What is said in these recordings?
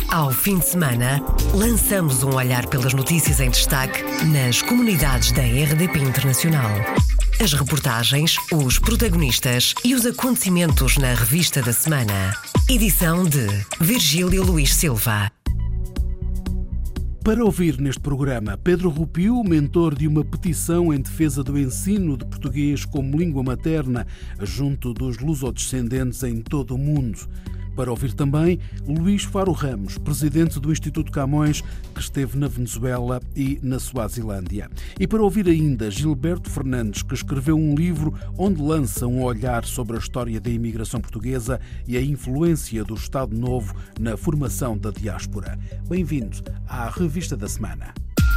Ao fim de semana, lançamos um olhar pelas notícias em destaque nas comunidades da RDP Internacional. As reportagens, os protagonistas e os acontecimentos na revista da semana. Edição de Virgílio Luís Silva. Para ouvir neste programa, Pedro Rupiu, mentor de uma petição em defesa do ensino de português como língua materna junto dos lusodescendentes em todo o mundo. Para ouvir também Luís Faro Ramos, presidente do Instituto Camões, que esteve na Venezuela e na Suazilândia. E para ouvir ainda Gilberto Fernandes, que escreveu um livro onde lança um olhar sobre a história da imigração portuguesa e a influência do Estado Novo na formação da diáspora. Bem-vindo à Revista da Semana.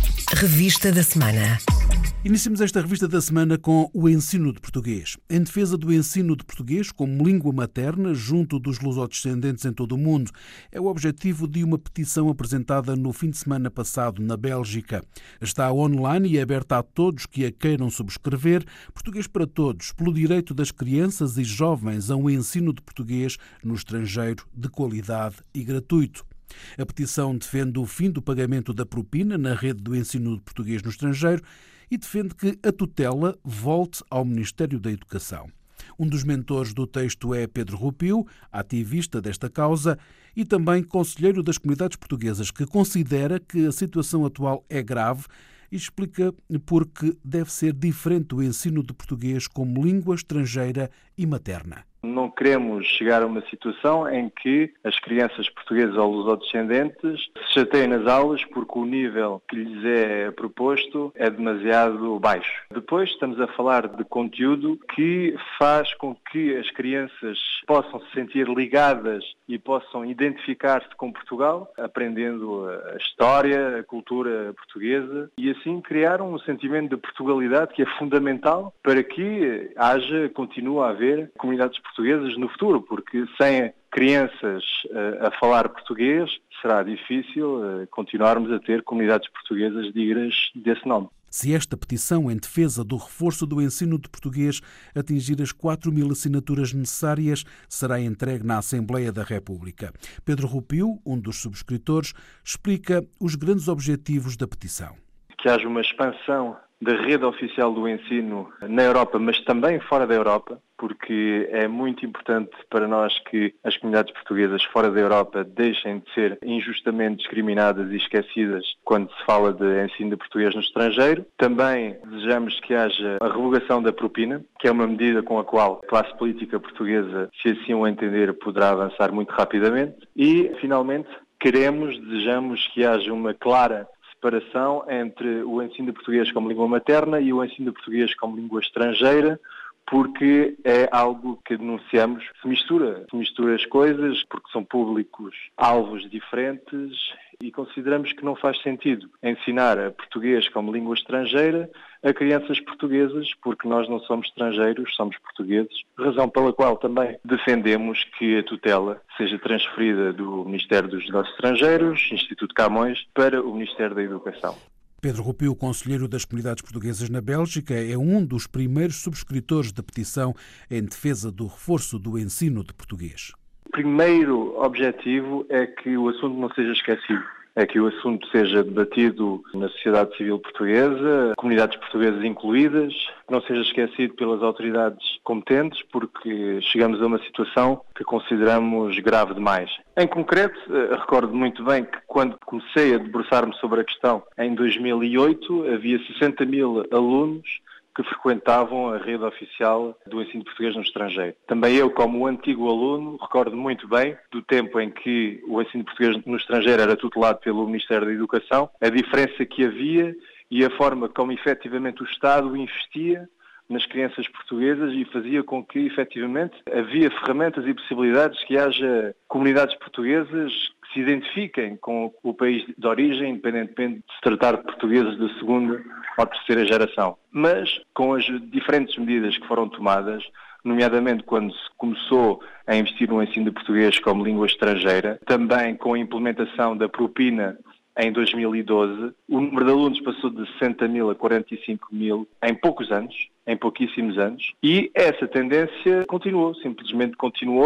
Revista da Semana. Iniciamos esta revista da semana com o ensino de português. Em defesa do ensino de português como língua materna junto dos lusodescendentes em todo o mundo, é o objetivo de uma petição apresentada no fim de semana passado na Bélgica. Está online e é aberta a todos que a queiram subscrever. Português para Todos, pelo direito das crianças e jovens a um ensino de português no estrangeiro de qualidade e gratuito. A petição defende o fim do pagamento da propina na rede do ensino de português no estrangeiro e defende que a tutela volte ao Ministério da Educação. Um dos mentores do texto é Pedro Rupiu, ativista desta causa e também conselheiro das comunidades portuguesas, que considera que a situação atual é grave e explica porque deve ser diferente o ensino de português como língua estrangeira e materna. Não queremos chegar a uma situação em que as crianças portuguesas ou lusodescendentes se chateiem nas aulas porque o nível que lhes é proposto é demasiado baixo. Depois estamos a falar de conteúdo que faz com que as crianças possam se sentir ligadas e possam identificar-se com Portugal, aprendendo a história, a cultura portuguesa e assim criar um sentimento de Portugalidade que é fundamental para que continue a haver comunidades portuguesas no futuro, porque sem crianças a falar português será difícil continuarmos a ter comunidades portuguesas dignas desse nome. Se esta petição em defesa do reforço do ensino de português atingir as 4.000 assinaturas necessárias, será entregue na Assembleia da República. Pedro Rupiu, um dos subscritores, explica os grandes objetivos da petição. Que haja uma expansão da rede oficial do ensino na Europa, mas também fora da Europa, porque é muito importante para nós que as comunidades portuguesas fora da Europa deixem de ser injustamente discriminadas e esquecidas quando se fala de ensino de português no estrangeiro. Também desejamos que haja a revogação da propina, que é uma medida com a qual a classe política portuguesa, se assim o entender, poderá avançar muito rapidamente. E, finalmente, desejamos que haja uma clara separação entre o ensino de português como língua materna e o ensino de português como língua estrangeira, porque é algo que denunciamos. Se mistura as coisas, porque são públicos alvos diferentes e consideramos que não faz sentido ensinar a português como língua estrangeira a crianças portuguesas, porque nós não somos estrangeiros, somos portugueses, razão pela qual também defendemos que a tutela seja transferida do Ministério dos Negócios Estrangeiros, Instituto Camões, para o Ministério da Educação. Pedro Rupiu, conselheiro das comunidades portuguesas na Bélgica, é um dos primeiros subscritores da petição em defesa do reforço do ensino de português. O primeiro objetivo é que o assunto não seja esquecido. É que o assunto seja debatido na sociedade civil portuguesa, comunidades portuguesas incluídas, que não seja esquecido pelas autoridades competentes, porque chegamos a uma situação que consideramos grave demais. Em concreto, recordo muito bem que quando comecei a debruçar-me sobre a questão, em 2008, havia 60.000 alunos que frequentavam a rede oficial do ensino português no estrangeiro. Também eu, como antigo aluno, recordo muito bem do tempo em que o ensino português no estrangeiro era tutelado pelo Ministério da Educação, a diferença que havia e a forma como efetivamente o Estado investia nas crianças portuguesas e fazia com que efetivamente havia ferramentas e possibilidades que haja comunidades portuguesas que se identifiquem com o país de origem, independentemente de se tratar de portugueses de segunda ou terceira geração. Mas, com as diferentes medidas que foram tomadas, nomeadamente quando se começou a investir no ensino de português como língua estrangeira, também com a implementação da propina em 2012, o número de alunos passou de 60.000 a 45.000 em poucos anos, em pouquíssimos anos, e essa tendência simplesmente continuou.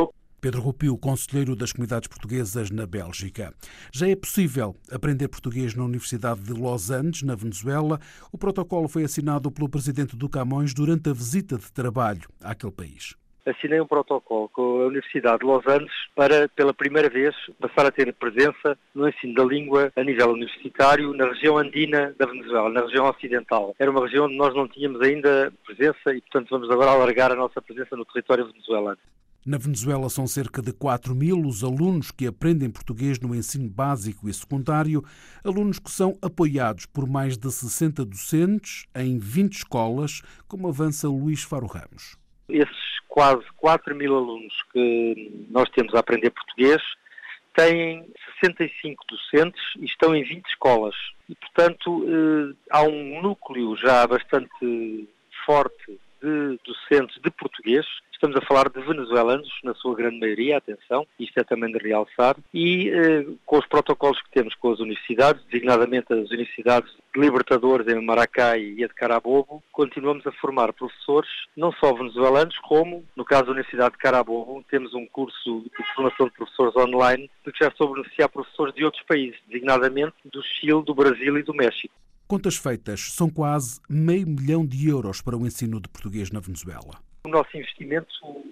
Pedro Rupio, conselheiro das comunidades portuguesas na Bélgica. Já é possível aprender português na Universidade de Los Andes, na Venezuela. O protocolo foi assinado pelo presidente do Camões durante a visita de trabalho àquele país. Assinei um protocolo com a Universidade de Los Andes para, pela primeira vez, passar a ter presença no ensino da língua a nível universitário na região andina da Venezuela, na região ocidental. Era uma região onde nós não tínhamos ainda presença e, portanto, vamos agora alargar a nossa presença no território venezuelano. Na Venezuela são cerca de 4.000 os alunos que aprendem português no ensino básico e secundário, alunos que são apoiados por mais de 60 docentes em 20 escolas, como avança Luís Faro Ramos. Esses quase 4.000 alunos que nós temos a aprender português têm 65 docentes e estão em 20 escolas. E, portanto, há um núcleo já bastante forte de docentes de português. Estamos a falar de venezuelanos, na sua grande maioria, atenção, isto é também de realçar, e com os protocolos que temos com as universidades, designadamente as universidades de Libertadores em Maracay e a de Carabobo, continuamos a formar professores, não só venezuelanos, como, no caso da Universidade de Carabobo, temos um curso de formação de professores online, que já estou a beneficiar professores de outros países, designadamente do Chile, do Brasil e do México. Contas feitas, são quase €500 mil para o ensino de português na Venezuela. O nosso investimento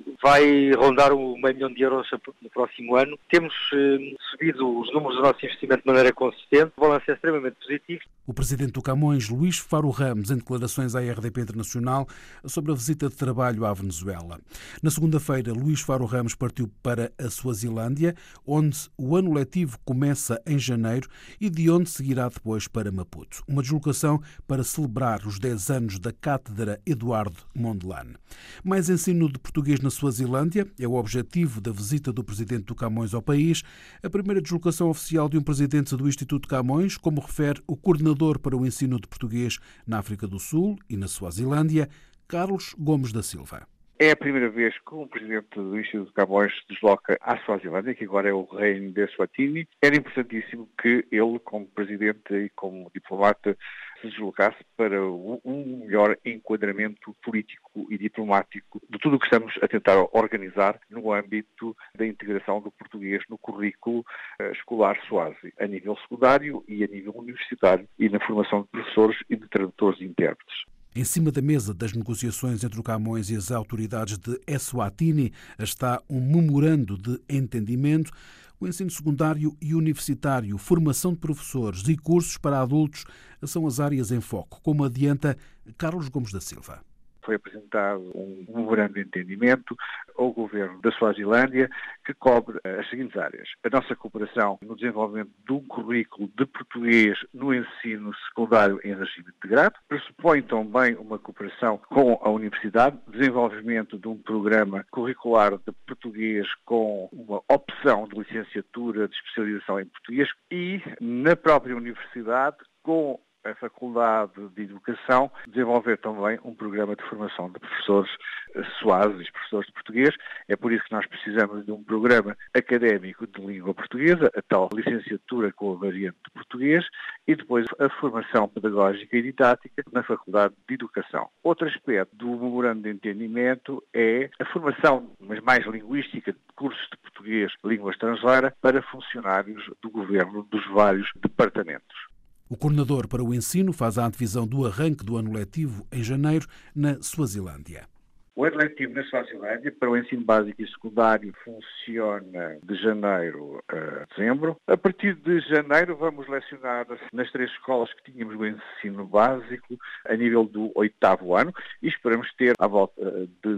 vai rondar o €500 mil no próximo ano. Temos subido os números do nosso investimento de maneira consistente. O balanço é extremamente positivo. O presidente do Camões, Luís Faro Ramos, em declarações à RDP Internacional sobre a visita de trabalho à Venezuela. Na segunda-feira, Luís Faro Ramos partiu para a Suazilândia, onde o ano letivo começa em janeiro e de onde seguirá depois para Maputo. Uma deslocação para celebrar os 10 anos da Cátedra Eduardo Mondlane. Mais ensino de português na Suazilândia é o objetivo da visita do presidente do Camões ao país, a primeira deslocação oficial de um presidente do Instituto Camões, como refere o coordenador para o ensino de português na África do Sul e na Suazilândia, Carlos Gomes da Silva. É a primeira vez que um presidente do Instituto Camões se desloca à Suazilândia, que agora é o reino de Eswatini. Era importantíssimo que ele, como presidente e como diplomata, se deslocasse para um melhor enquadramento político e diplomático de tudo o que estamos a tentar organizar no âmbito da integração do português no currículo escolar suazi, a nível secundário e a nível universitário, e na formação de professores e de tradutores e intérpretes. Em cima da mesa das negociações entre o Camões e as autoridades de Eswatini está um memorando de entendimento. O ensino secundário e universitário, formação de professores e cursos para adultos são as áreas em foco, como adianta Carlos Gomes da Silva. Foi apresentado um memorando de entendimento ao governo da Suazilândia que cobre as seguintes áreas. A nossa cooperação no desenvolvimento de um currículo de português no ensino secundário em regime integrado. Pressupõe também uma cooperação com a universidade, desenvolvimento de um programa curricular de português com uma opção de licenciatura de especialização em português e, na própria universidade, com a Faculdade de Educação, desenvolver também um programa de formação de professores suazis, professores de português. É por isso que nós precisamos de um programa académico de língua portuguesa, a tal licenciatura com a variante de português, e depois a formação pedagógica e didática na Faculdade de Educação. Outro aspecto do memorando de entendimento é a formação, mas mais linguística, de cursos de português, língua estrangeira, para funcionários do governo dos vários departamentos. O coordenador para o ensino faz a antevisão do arranque do ano letivo em janeiro na Suazilândia. O ano letivo na Suazilândia para o ensino básico e secundário funciona de janeiro a dezembro. A partir de janeiro vamos lecionar nas 3 escolas que tínhamos o ensino básico a nível do 8º ano e esperamos ter à volta de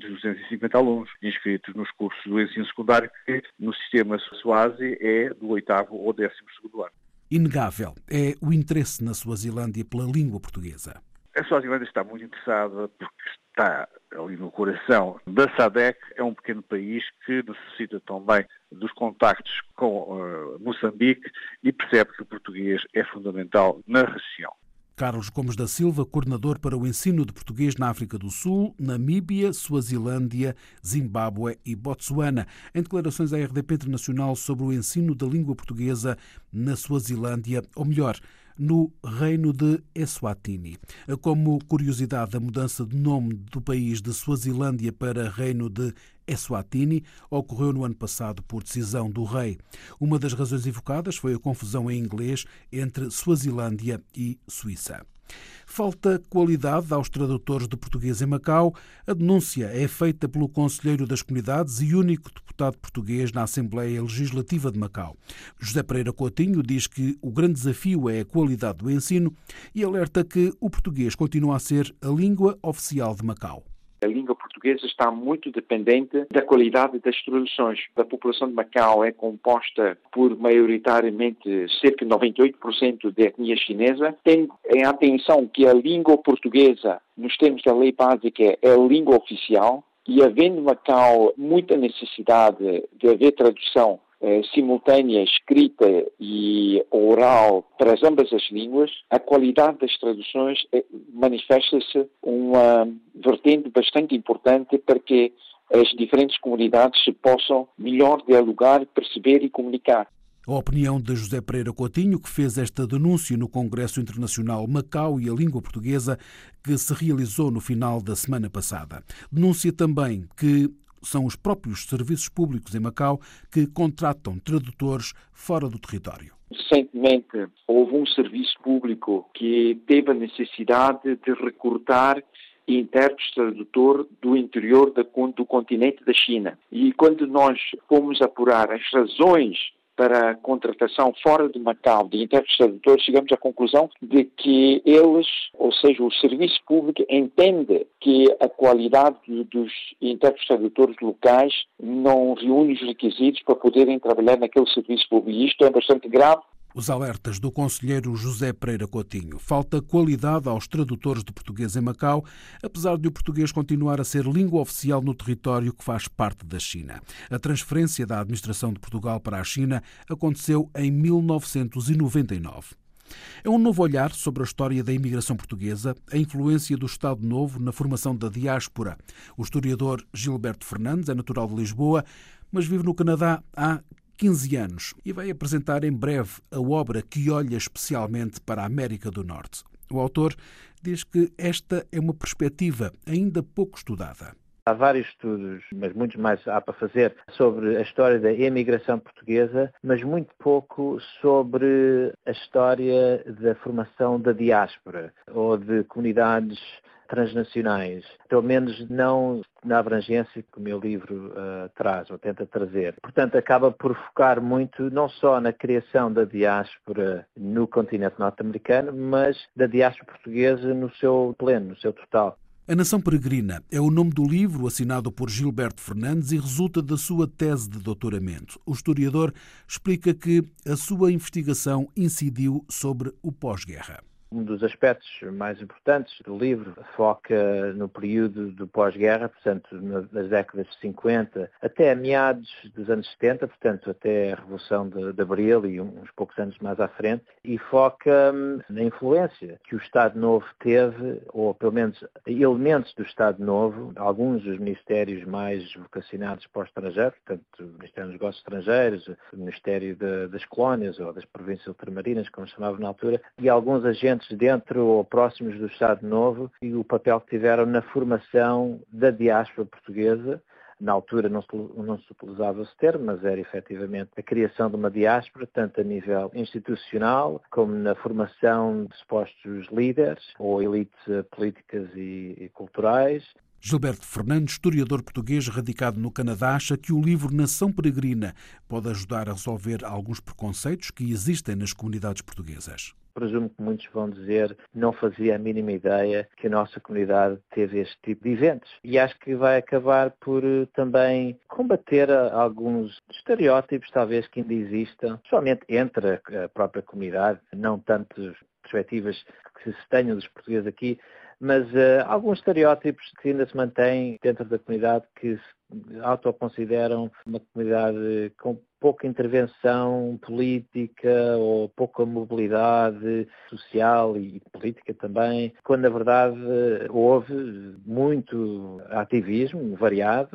250 alunos inscritos nos cursos do ensino secundário, que no sistema Suazi é do 8º ou 12º ano. Inegável é o interesse na Suazilândia pela língua portuguesa. A Suazilândia está muito interessada porque está ali no coração da SADC, é um pequeno país que necessita também dos contactos com Moçambique e percebe que o português é fundamental na região. Carlos Gomes da Silva, coordenador para o ensino de português na África do Sul, Namíbia, Suazilândia, Zimbábue e Botsuana, em declarações à RDP Internacional sobre o ensino da língua portuguesa na Suazilândia, ou melhor, no reino de Eswatini. Como curiosidade, a mudança de nome do país de Suazilândia para reino de Eswatini ocorreu no ano passado por decisão do rei. Uma das razões evocadas foi a confusão em inglês entre Suazilândia e Suíça. Falta qualidade aos tradutores de português em Macau. A denúncia é feita pelo Conselheiro das Comunidades e único deputado português na Assembleia Legislativa de Macau. José Pereira Coutinho diz que o grande desafio é a qualidade do ensino e alerta que o português continua a ser a língua oficial de Macau. A língua portuguesa está muito dependente da qualidade das traduções. A população de Macau é composta por, maioritariamente, cerca de 98% de etnia chinesa. Tem em atenção que a língua portuguesa, nos termos da lei básica, é a língua oficial e, havendo em Macau muita necessidade de haver tradução simultânea, escrita e oral para ambas as línguas, a qualidade das traduções manifesta-se uma vertente bastante importante para que as diferentes comunidades se possam melhor dialogar, perceber e comunicar. A opinião de José Pereira Coutinho, que fez esta denúncia no Congresso Internacional Macau e a Língua Portuguesa, que se realizou no final da semana passada. Denúncia também que são os próprios serviços públicos em Macau que contratam tradutores fora do território. Recentemente, houve um serviço público que teve a necessidade de recrutar intérpretes tradutor do interior do continente da China. E quando nós fomos apurar as razões para a contratação fora de Macau de intérpretes tradutores, chegamos à conclusão de que eles, ou seja, o serviço público, entende que a qualidade dos intérpretes tradutores locais não reúne os requisitos para poderem trabalhar naquele serviço público. E isto é bastante grave. Os alertas do conselheiro José Pereira Coutinho. Falta qualidade aos tradutores de português em Macau, apesar de o português continuar a ser língua oficial no território que faz parte da China. A transferência da administração de Portugal para a China aconteceu em 1999. É um novo olhar sobre a história da imigração portuguesa, a influência do Estado Novo na formação da diáspora. O historiador Gilberto Fernandes é natural de Lisboa, mas vive no Canadá há 15 anos e vai apresentar em breve a obra que olha especialmente para a América do Norte. O autor diz que esta é uma perspectiva ainda pouco estudada. Há vários estudos, mas muitos mais há para fazer, sobre a história da imigração portuguesa, mas muito pouco sobre a história da formação da diáspora ou de comunidades transnacionais, pelo menos não na abrangência que o meu livro traz, ou tenta trazer. Portanto, acaba por focar muito não só na criação da diáspora no continente norte-americano, mas da diáspora portuguesa no seu pleno, no seu total. A Nação Peregrina é o nome do livro assinado por Gilberto Fernandes e resulta da sua tese de doutoramento. O historiador explica que a sua investigação incidiu sobre o pós-guerra. Um dos aspectos mais importantes do livro foca no período do pós-guerra, portanto, nas décadas de 50 até meados dos anos 70, portanto, até a Revolução de Abril e uns poucos anos mais à frente, e foca na influência que o Estado Novo teve, ou pelo menos elementos do Estado Novo, alguns dos ministérios mais vocacionados para o estrangeiro, portanto, o Ministério dos Negócios Estrangeiros, o Ministério das Colónias ou das Províncias Ultramarinas, como se chamava na altura, e alguns agentes dentro ou próximos do Estado Novo e o papel que tiveram na formação da diáspora portuguesa. Na altura não se utilizava esse termo, mas era efetivamente a criação de uma diáspora, tanto a nível institucional como na formação de supostos líderes ou elites políticas e culturais. Gilberto Fernandes, historiador português radicado no Canadá, acha que o livro Nação Peregrina pode ajudar a resolver alguns preconceitos que existem nas comunidades portuguesas. Presumo que muitos vão dizer não fazia a mínima ideia que a nossa comunidade teve este tipo de eventos. E acho que vai acabar por também combater alguns estereótipos, talvez, que ainda existam, somente entre a própria comunidade, não tantas perspectivas que se tenham dos portugueses aqui, mas alguns estereótipos que ainda se mantêm dentro da comunidade que se autoconsideram uma comunidade com pouca intervenção política ou pouca mobilidade social e política também, quando na verdade houve muito ativismo variado.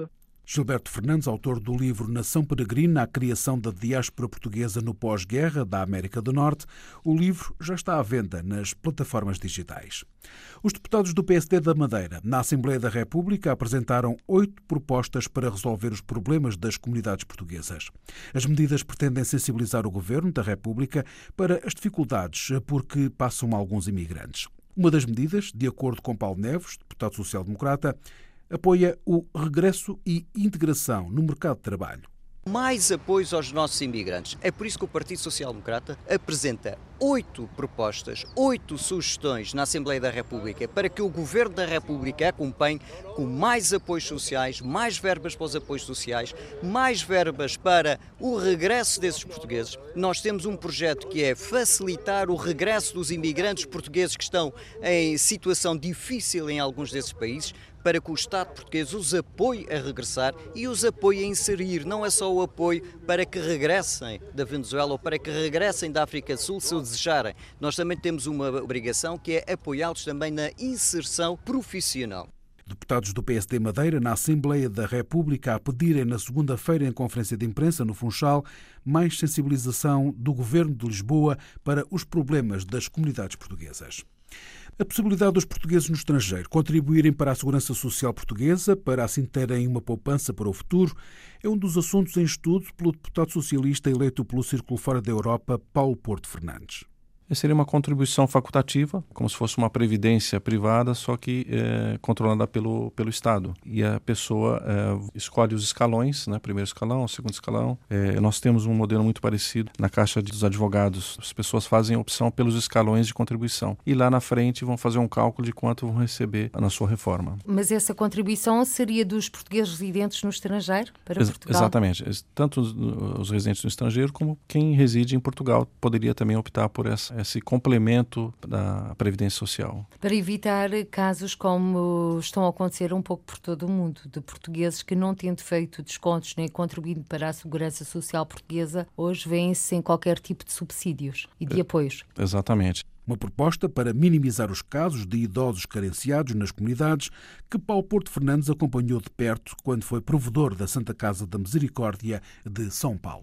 Gilberto Fernandes, autor do livro Nação Peregrina, a criação da diáspora portuguesa no pós-guerra da América do Norte, o livro já está à venda nas plataformas digitais. Os deputados do PSD da Madeira, na Assembleia da República, apresentaram 8 propostas para resolver os problemas das comunidades portuguesas. As medidas pretendem sensibilizar o Governo da República para as dificuldades por que passam alguns imigrantes. Uma das medidas, de acordo com Paulo Neves, deputado social-democrata, apoia o regresso e integração no mercado de trabalho. Mais apoios aos nossos imigrantes. É por isso que o Partido Social Democrata apresenta 8 propostas, 8 sugestões na Assembleia da República para que o Governo da República acompanhe com mais apoios sociais, mais verbas para os apoios sociais, mais verbas para o regresso desses portugueses. Nós temos um projeto que é facilitar o regresso dos imigrantes portugueses que estão em situação difícil em alguns desses países, para que o Estado português os apoie a regressar e os apoie a inserir. Não é só o apoio para que regressem da Venezuela ou para que regressem da África do Sul, se o desejarem. Nós também temos uma obrigação que é apoiá-los também na inserção profissional. Deputados do PSD Madeira, na Assembleia da República, a pedirem na segunda-feira, em conferência de imprensa no Funchal, mais sensibilização do Governo de Lisboa para os problemas das comunidades portuguesas. A possibilidade dos portugueses no estrangeiro contribuírem para a segurança social portuguesa, para assim terem uma poupança para o futuro, é um dos assuntos em estudo pelo deputado socialista eleito pelo Círculo Fora da Europa, Paulo Porto Fernandes. Seria uma contribuição facultativa, como se fosse uma previdência privada, só que controlada pelo Estado. E a pessoa escolhe os escalões, né? Primeiro escalão, segundo escalão. Nós temos um modelo muito parecido na Caixa dos Advogados. As pessoas fazem a opção pelos escalões de contribuição. E lá na frente vão fazer um cálculo de quanto vão receber na sua reforma. Mas essa contribuição seria dos portugueses residentes no estrangeiro para Portugal? Exatamente. Tanto os residentes no estrangeiro como quem reside em Portugal poderia também optar por esse complemento da Previdência Social. Para evitar casos como estão a acontecer um pouco por todo o mundo, de portugueses que não tendo feito descontos nem contribuído para a Segurança Social portuguesa, hoje vêm-se sem qualquer tipo de subsídios e de apoios. Exatamente. Uma proposta para minimizar os casos de idosos carenciados nas comunidades que Paulo Porto Fernandes acompanhou de perto quando foi provedor da Santa Casa da Misericórdia de São Paulo.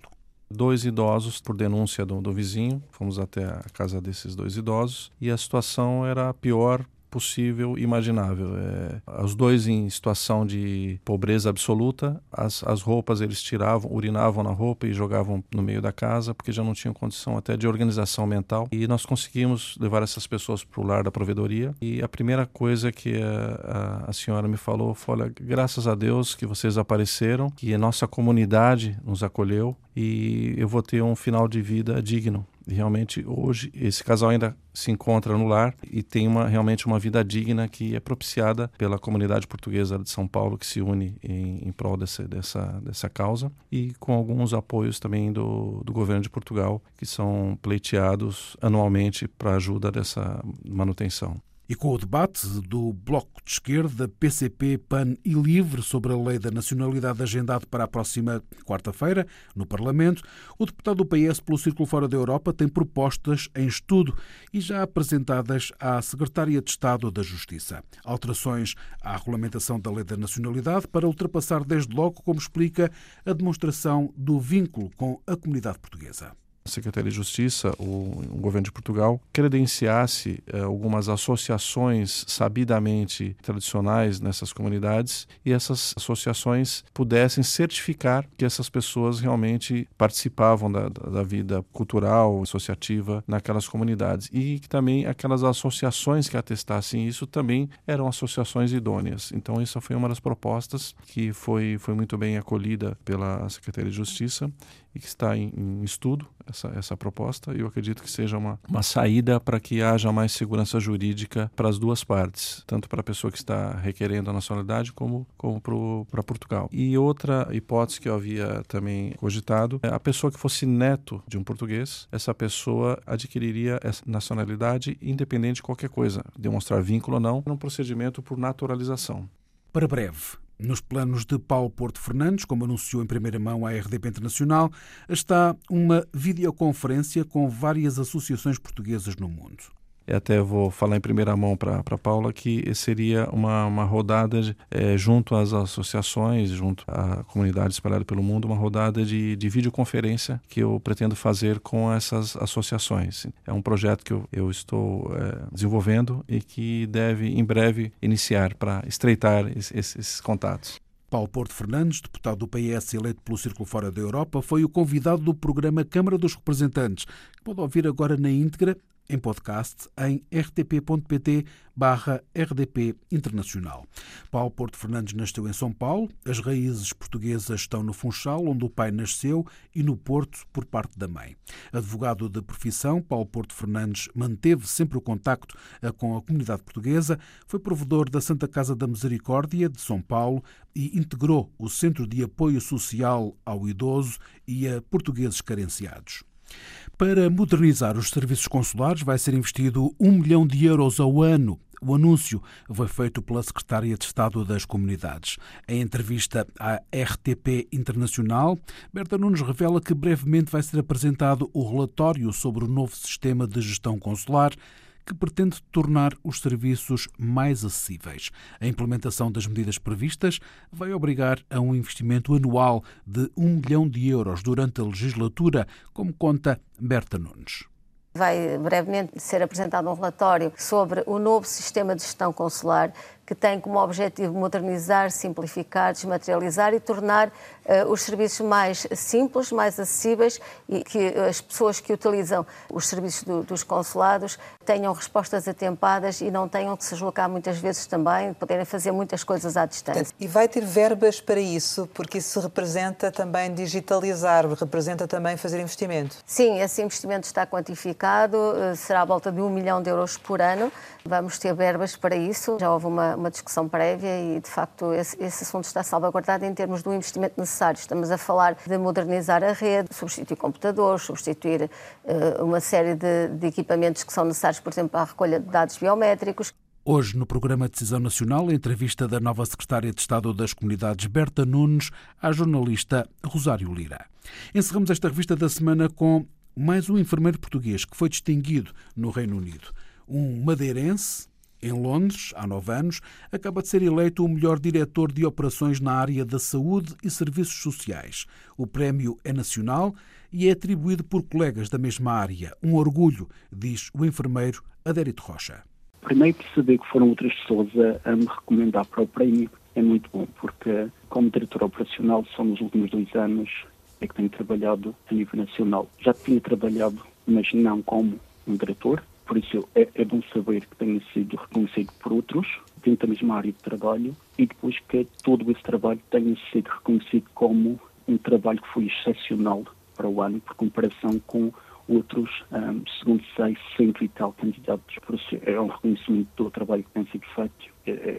2 idosos, por denúncia do vizinho, fomos até a casa desses 2 idosos e a situação era a pior possível, imaginável. Os 2 em situação de pobreza absoluta, as roupas eles tiravam, urinavam na roupa e jogavam no meio da casa, porque já não tinham condição até de organização mental. E nós conseguimos levar essas pessoas para o lar da provedoria. E a primeira coisa que a senhora me falou foi: olha, graças a Deus que vocês apareceram, que a nossa comunidade nos acolheu e eu vou ter um final de vida digno. E realmente hoje esse casal ainda se encontra no lar e tem realmente uma vida digna que é propiciada pela comunidade portuguesa de São Paulo, que se une em prol dessa causa, e com alguns apoios também do governo de Portugal, que são pleiteados anualmente para ajuda dessa manutenção. E com o debate do Bloco de Esquerda, PCP, PAN e LIVRE sobre a Lei da Nacionalidade agendado para a próxima quarta-feira no Parlamento, o deputado do PS pelo Círculo Fora da Europa tem propostas em estudo e já apresentadas à Secretária de Estado da Justiça. Alterações à regulamentação da Lei da Nacionalidade para ultrapassar desde logo, como explica, a demonstração do vínculo com a comunidade portuguesa. A Secretaria de Justiça, o governo de Portugal, credenciasse algumas associações sabidamente tradicionais nessas comunidades e essas associações pudessem certificar que essas pessoas realmente participavam da vida cultural, associativa naquelas comunidades e que também aquelas associações que atestassem isso também eram associações idôneas. Então, essa foi uma das propostas que foi muito bem acolhida pela Secretaria de Justiça e que está em estudo, essa proposta, e eu acredito que seja uma saída para que haja mais segurança jurídica para as duas partes, tanto para a pessoa que está requerendo a nacionalidade como para Portugal. E outra hipótese que eu havia também cogitado é a pessoa que fosse neto de um português, essa pessoa adquiriria essa nacionalidade independente de qualquer coisa, demonstrar vínculo ou não, num procedimento por naturalização. Para breve. Nos planos de Paulo Porto Fernandes, como anunciou em primeira mão a RDP Internacional, está uma videoconferência com várias associações portuguesas no mundo. e até vou falar em primeira mão para a Paula, que seria uma rodada junto às associações, junto à comunidade espalhada pelo mundo, uma rodada de videoconferência que eu pretendo fazer com essas associações. É um projeto que eu estou desenvolvendo e que deve em breve iniciar para estreitar esses contatos. Paulo Porto Fernandes, deputado do PS eleito pelo Círculo Fora da Europa, foi o convidado do programa Câmara dos Representantes, que pode ouvir agora na íntegra, em podcast, em rtp.pt/RDP Internacional. Paulo Porto Fernandes nasceu em São Paulo. As raízes portuguesas estão no Funchal, onde o pai nasceu, e no Porto, por parte da mãe. Advogado de profissão, Paulo Porto Fernandes manteve sempre o contacto com a comunidade portuguesa, foi provedor da Santa Casa da Misericórdia de São Paulo e integrou o Centro de Apoio Social ao Idoso e a portugueses carenciados. Para modernizar os serviços consulares vai ser investido 1 milhão de euros ao ano. O anúncio foi feito pela Secretária de Estado das Comunidades. Em entrevista à RTP Internacional, Berta Nunes revela que brevemente vai ser apresentado o relatório sobre o novo sistema de gestão consular, que pretende tornar os serviços mais acessíveis. A implementação das medidas previstas vai obrigar a um investimento anual de 1 milhão de euros durante a legislatura, como conta Berta Nunes. Vai brevemente ser apresentado um relatório sobre o novo sistema de gestão consular, que tem como objetivo modernizar, simplificar, desmaterializar e tornar os serviços mais simples, mais acessíveis e que as pessoas que utilizam os serviços dos consulados tenham respostas atempadas e não tenham que se deslocar muitas vezes também, poderem fazer muitas coisas à distância. E vai ter verbas para isso, porque isso representa também digitalizar, representa também fazer investimento? Sim, esse investimento está quantificado, será à volta de 1 milhão de euros por ano. Vamos ter verbas para isso. Já houve uma discussão prévia e, de facto, esse assunto está salvaguardado em termos do investimento necessário. Estamos a falar de modernizar a rede, substituir computadores, substituir uma série de equipamentos que são necessários, por exemplo, para a recolha de dados biométricos. Hoje, no programa Decisão Nacional, a entrevista da nova Secretária de Estado das Comunidades, Berta Nunes, à jornalista Rosário Lira. Encerramos esta revista da semana com mais um enfermeiro português que foi distinguido no Reino Unido. Um madeirense, em Londres, há 9 anos, acaba de ser eleito o melhor diretor de operações na área da saúde e serviços sociais. O prémio é nacional e é atribuído por colegas da mesma área. Um orgulho, diz o enfermeiro Adérito Rocha. Primeiro, perceber que foram outras pessoas a me recomendar para o prémio é muito bom, porque como diretor operacional, só nos últimos 2 anos é que tenho trabalhado a nível nacional. Já tinha trabalhado, mas não como um diretor. Por isso é bom saber que tenha sido reconhecido por outros, dentro da mesma área de trabalho, e depois que todo esse trabalho tenha sido reconhecido como um trabalho que foi excepcional para o ano, por comparação com outros, segundo sei, 100 e tal candidatos. Por isso é um reconhecimento do trabalho que tem sido feito.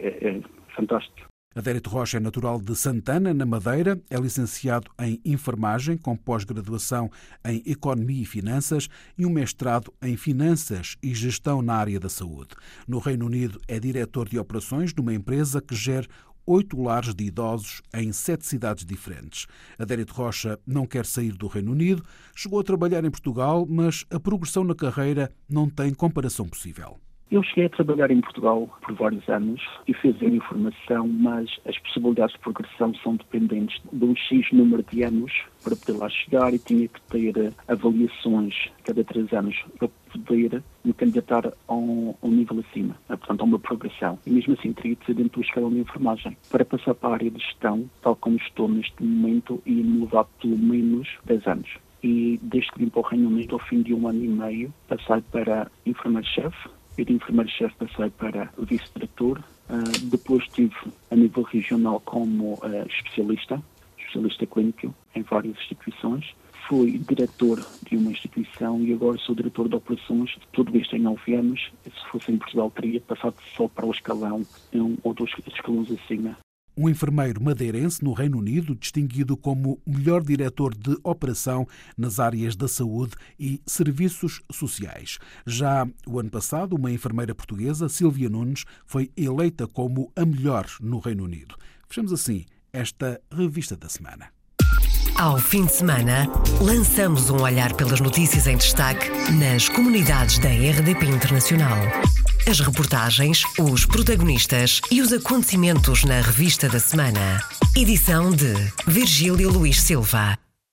É fantástico. Adérito Rocha é natural de Santana, na Madeira, é licenciado em Enfermagem, com pós-graduação em Economia e Finanças e um mestrado em Finanças e Gestão na área da saúde. No Reino Unido é diretor de operações numa empresa que gera 8 lares de idosos em 7 cidades diferentes. Adérito Rocha não quer sair do Reino Unido, chegou a trabalhar em Portugal, mas a progressão na carreira não tem comparação possível. Eu cheguei a trabalhar em Portugal por vários anos e fiz a minha formação, mas as possibilidades de progressão são dependentes de um X número de anos para poder lá chegar e tinha que ter avaliações cada 3 anos para poder me candidatar a um nível acima, portanto a uma progressão. E mesmo assim teria de ser dentro do escalão de enfermagem. Para passar para a área de gestão, tal como estou neste momento, ia-me levar pelo menos 10 anos. E desde que vim para o Reino Unido, ao fim de 1 ano e meio, passei para enfermeiro-chefe. Eu de enfermeiro-chefe passei para vice-diretor, depois estive a nível regional como especialista clínico em várias instituições. Fui diretor de uma instituição e agora sou diretor de operações. Tudo isto em 9 anos. Se fosse em Portugal, teria passado só para o escalão, 1 ou 2 escalões acima. Um enfermeiro madeirense no Reino Unido, distinguido como melhor diretor de operação nas áreas da saúde e serviços sociais. Já o ano passado, uma enfermeira portuguesa, Sílvia Nunes, foi eleita como a melhor no Reino Unido. Fechamos assim esta revista da semana. Ao fim de semana, lançamos um olhar pelas notícias em destaque nas comunidades da RDP Internacional. As reportagens, os protagonistas e os acontecimentos na revista da semana. Edição de Virgílio Luís Silva.